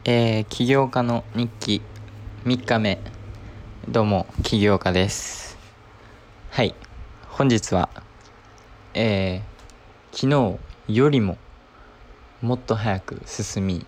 起業家の日記3日目。どうも起業家です。はい、本日は、昨日よりももっと早く進み、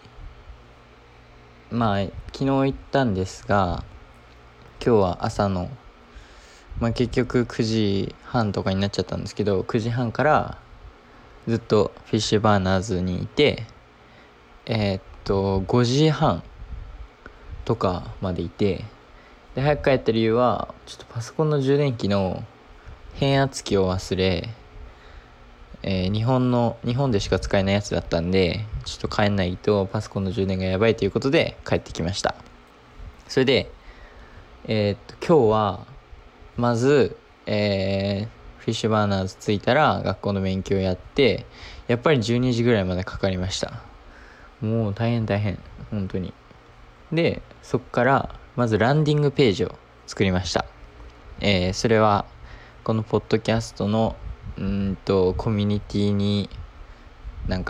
昨日行ったんですが、今日は朝の結局9時半とかになっちゃったんですけど、9時半からずっとフィッシュバーナーズにいて、5時半とかまでいて、で早く帰った理由はちょっとパソコンの充電器の変圧器を忘れ、日本でしか使えないやつだったんで、ちょっと帰んないとパソコンの充電がやばいということで帰ってきました。それで今日はまず、フィッシュバーナーズ着いたら学校の勉強やって、やっぱり12時ぐらいまでかかりました。もう大変本当に。でそっからまずランディングページを作りました。それはこのポッドキャストのコミュニティに連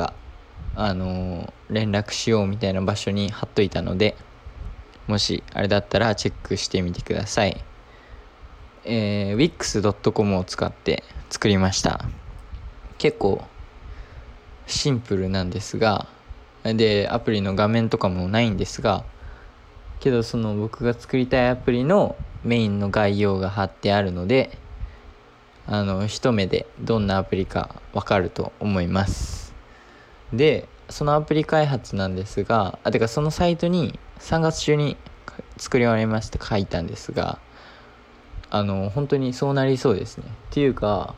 絡しようみたいな場所に貼っといたので、もしあれだったらチェックしてみてください。wix.com を使って作りました。結構シンプルなんですが、でアプリの画面とかもないんですが、けどその僕が作りたいアプリのメインの概要が貼ってあるので、一目でどんなアプリかわかると思います。でそのアプリ開発なんですが、そのサイトに3月中に作り終わりますって書いたんですが、本当にそうなりそうですね。っていうか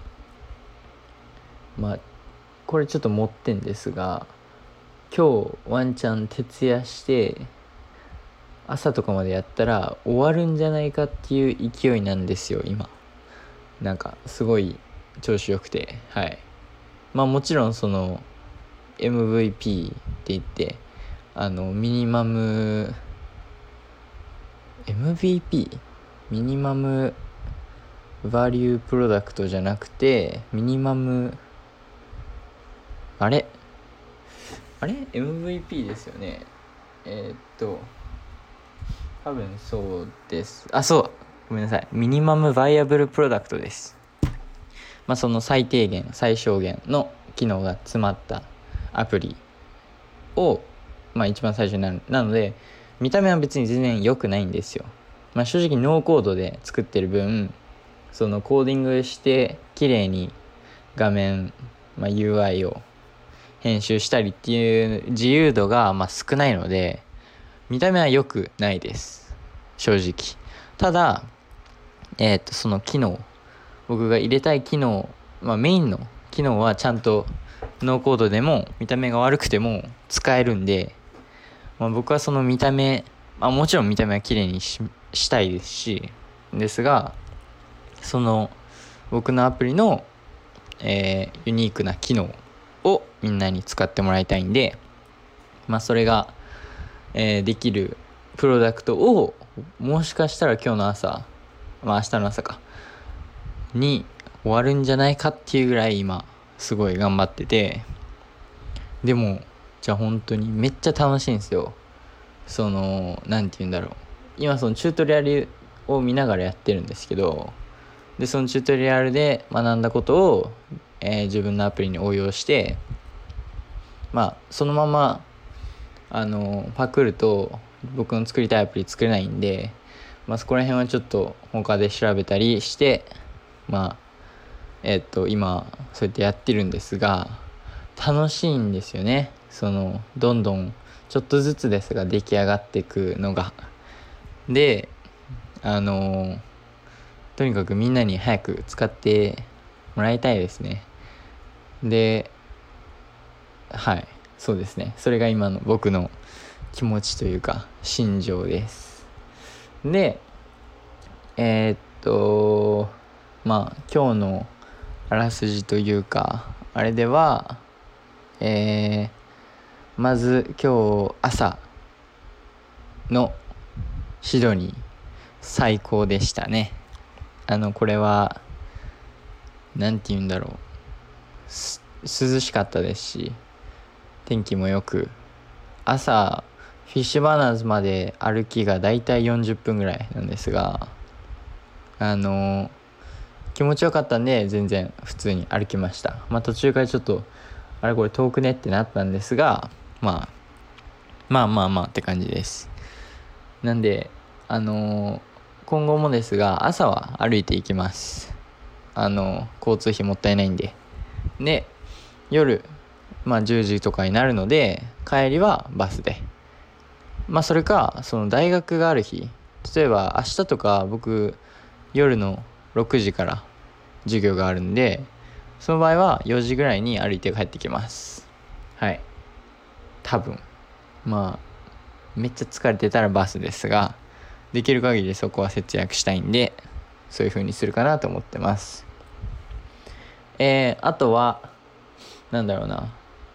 これちょっと持ってんですが、今日ワンチャン徹夜して朝とかまでやったら終わるんじゃないかっていう勢いなんですよ今。すごい調子よくて、はい。もちろんその MVP って言ってミニマム MVP ミニマムバリュープロダクトじゃなくてミニマムあれ MVP ですよね。多分そうです。ごめんなさい。ミニマムバイアブルプロダクトです。その最小限の機能が詰まったアプリを一番最初になので、見た目は別に全然良くないんですよ。正直ノーコードで作ってる分、そのコーディングして綺麗に画面、UI を編集したりっていう自由度が少ないので、見た目は良くないです正直。ただその機能、僕が入れたい機能、メインの機能はちゃんとノーコードでも見た目が悪くても使えるんで、僕はその見た目、もちろん見た目は綺麗にしたいですし、ですがその僕のアプリの、ユニークな機能をみんなに使ってもらいたいんで、それが、できるプロダクトをもしかしたら今日の朝、明日の朝に終わるんじゃないかっていうぐらい今すごい頑張ってて、でもじゃあ本当にめっちゃ楽しいんですよ。今そのチュートリアルを見ながらやってるんですけど、でそのチュートリアルで学んだことを、自分のアプリに応用して、そのままパクると僕の作りたいアプリ作れないんで、そこら辺はちょっと他で調べたりして今そうやってやってるんですが、楽しいんですよね。どんどんちょっとずつですが出来上がっていくのが。でとにかくみんなに早く使ってもらいたいですね。ではい、そうですね。それが今の僕の気持ちというか心情です。で今日のあらすじというかあれでは、まず今日朝のシドニー最高でしたね。これは涼しかったですし、天気もよく、朝フィッシュバナーズまで歩きがだいたい40分ぐらいなんですが、気持ちよかったんで全然普通に歩きました。途中からちょっとあれこれ遠くねってなったんですが、まあって感じです。なんで今後もですが朝は歩いていきます。交通費もったいないんで。で夜10時とかになるので帰りはバスで、それかその大学がある日、例えば明日とか僕夜の6時から授業があるんで、その場合は4時ぐらいに歩いて帰ってきます。はい。多分めっちゃ疲れてたらバスですが、できる限りそこは節約したいんでそういう風にするかなと思ってます。あとはなんだろうな、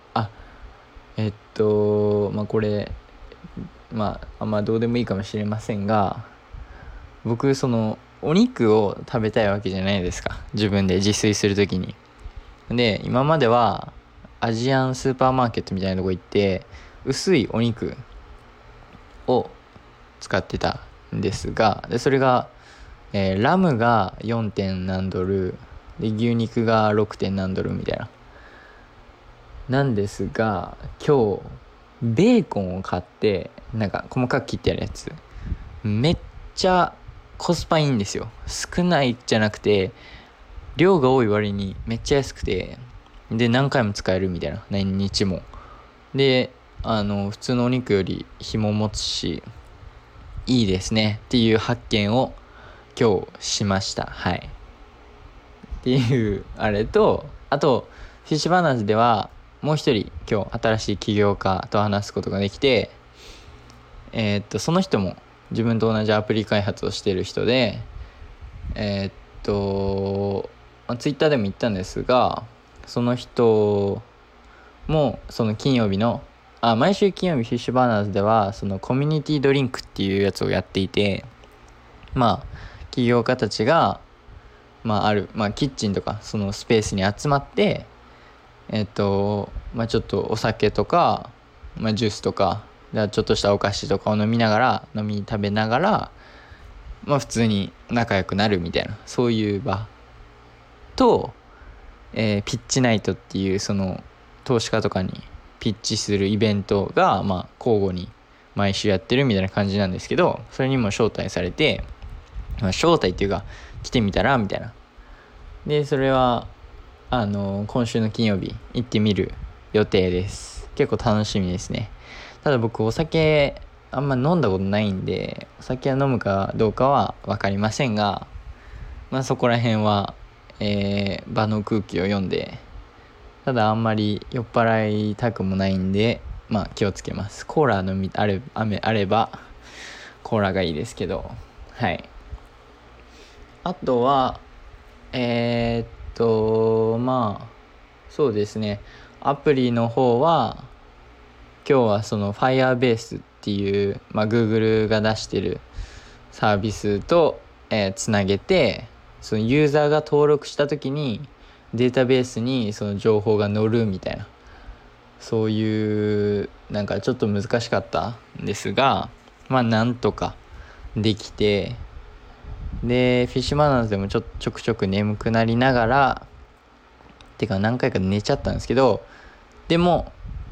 これあんまどうでもいいかもしれませんが、僕そのお肉を食べたいわけじゃないですか、自分で自炊するときに。で今まではアジアンスーパーマーケットみたいなとこ行って薄いお肉を使ってたんですが、でそれが、ラムが 4. 点何ドルで牛肉が 6. 点何ドルみたいななんですが、今日ベーコンを買って、細かく切ってあるやつ、めっちゃコスパいいんですよ。少ないじゃなくて量が多い割にめっちゃ安くて、で何回も使えるみたいな、何日もで普通のお肉より日も持つしいいですねっていう発見を今日しました。はいっていうあれと、あとフィッシュバナーズではもう一人今日新しい起業家と話すことができて、その人も自分と同じアプリ開発をしている人で、ツイッターでも言ったんですが、その人もその金曜日の毎週金曜日フィッシュバーナーズではそのコミュニティドリンクっていうやつをやっていて、起業家たちがある、キッチンとかそのスペースに集まってちょっとお酒とか、ジュースとかちょっとしたお菓子とかを飲み食べながら普通に仲良くなるみたいな、そういう場と、ピッチナイトっていうその投資家とかにピッチするイベントが交互に毎週やってるみたいな感じなんですけど、それにも招待されて、招待っていうか来てみたらみたいな。でそれは今週の金曜日行ってみる予定です。結構楽しみですね。ただ僕お酒あんま飲んだことないんで、お酒は飲むかどうかは分かりませんが、そこら辺は、場の空気を読んで、ただあんまり酔っ払いたくもないんで気をつけます。コーラあればコーラがいいですけど、はい。あとはそうですね、アプリの方は今日はその Firebase っていう、Google が出してるサービスと、つなげて、そのユーザーが登録した時にデータベースにその情報が載るみたいな、そういうちょっと難しかったんですが、なんとかできて、でフィッシュマナーズでもちょくちょく眠くなりながら何回か寝ちゃったんですけど、でも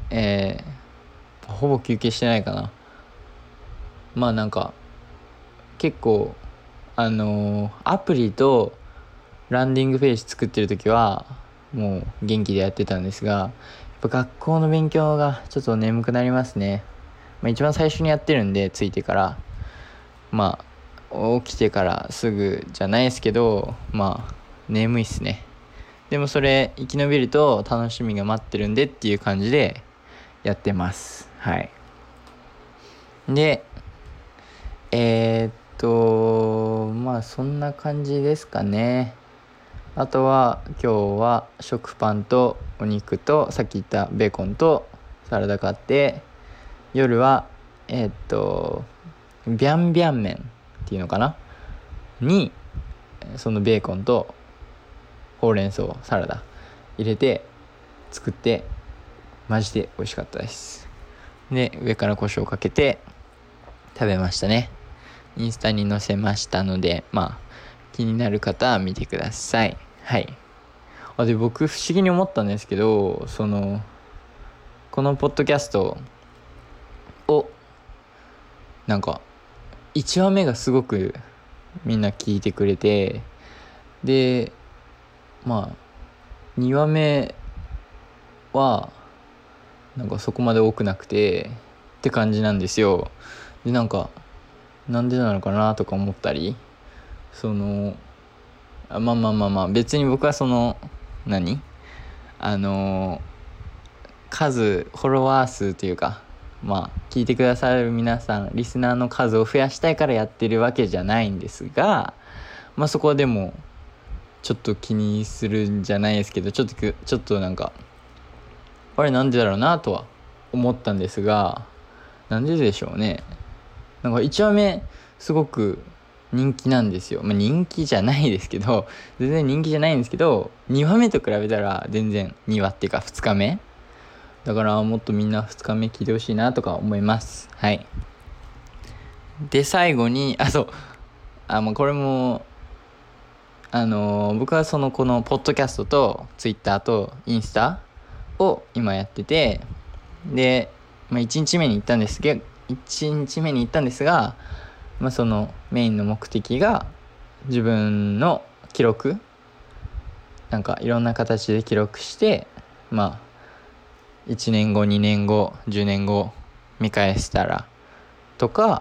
ほぼ休憩してないかな。結構アプリとランディングページ作ってる時はもう元気でやってたんですが、やっぱ学校の勉強がちょっと眠くなりますね。一番最初にやってるんで、着いてから起きてからすぐじゃないですけど眠いっすね。でもそれ生き延びると楽しみが待ってるんでっていう感じでやってます。はい。でそんな感じですかね。あとは今日は食パンとお肉とさっき言ったベーコンとサラダ買って、夜はビャンビャン麺っていうのかなにそのベーコンとほうれん草サラダ入れて作って、マジで美味しかったです。 で上から胡椒をかけて食べましたね。インスタに載せましたので、気になる方は見てください。はい。で僕不思議に思ったんですけど、このポッドキャストをなんか1話目がすごくみんな聞いてくれて、で2話目はなんかそこまで多くなくてって感じなんですよ。でなんでなのかなとか思ったり、別に僕は数フォロワー数というか聞いてくださる皆さんリスナーの数を増やしたいからやってるわけじゃないんですが、そこはでもちょっと気にするんじゃないですけど、ちょっとあれなんでだろうなとは思ったんですが、なんででしょうね。1話目すごく人気なんですよ。人気じゃないですけど、全然人気じゃないんですけど、2話目と比べたら全然2話っていうか2日目だから、もっとみんな2日目聞いてほしいなとか思います。はい。で最後にこれも僕はこのポッドキャストとツイッターとインスタを今やってて、で、1日目に行ったんですが、そのメインの目的が自分の記録、いろんな形で記録して、1年後2年後10年後見返したらとか、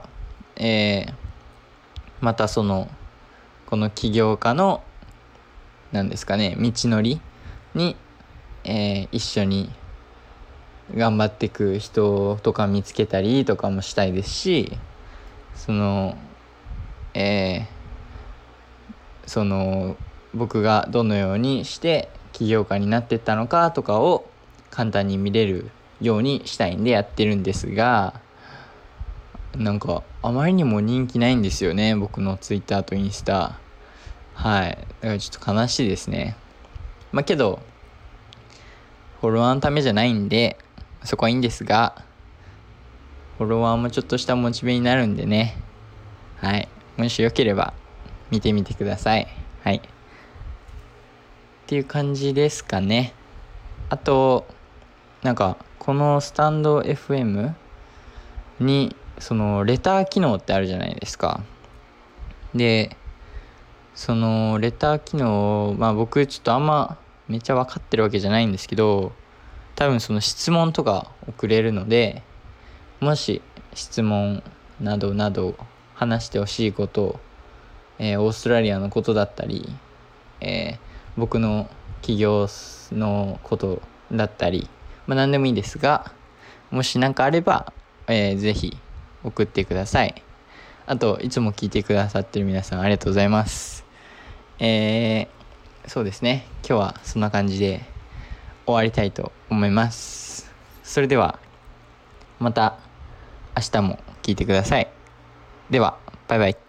またこの起業家の道のりに、一緒に頑張っていく人とか見つけたりとかもしたいですし、僕がどのようにして起業家になっていったのかとかを簡単に見れるようにしたいんでやってるんですが、あまりにも人気ないんですよね、僕のツイッターとインスタ。はい。だからちょっと悲しいですね。けどフォロワーのためじゃないんでそこはいいんですが、フォロワーもちょっとしたモチベになるんでね。はい。もしよければ見てみてください。はい。っていう感じですかね。あとこのスタンド FM にレター機能ってあるじゃないですか。でそのレター機能、僕ちょっとあんまめっちゃ分かってるわけじゃないんですけど、多分質問とか送れるので、もし質問などなど話してほしいこと、オーストラリアのことだったり、僕の起業のことだったり、何でもいいですが、もし何かあれば、ぜひ送ってください。あといつも聞いてくださってる皆さんありがとうございます。そうですね、今日はそんな感じで終わりたいと思います。それではまた明日も聞いてください。ではバイバイ。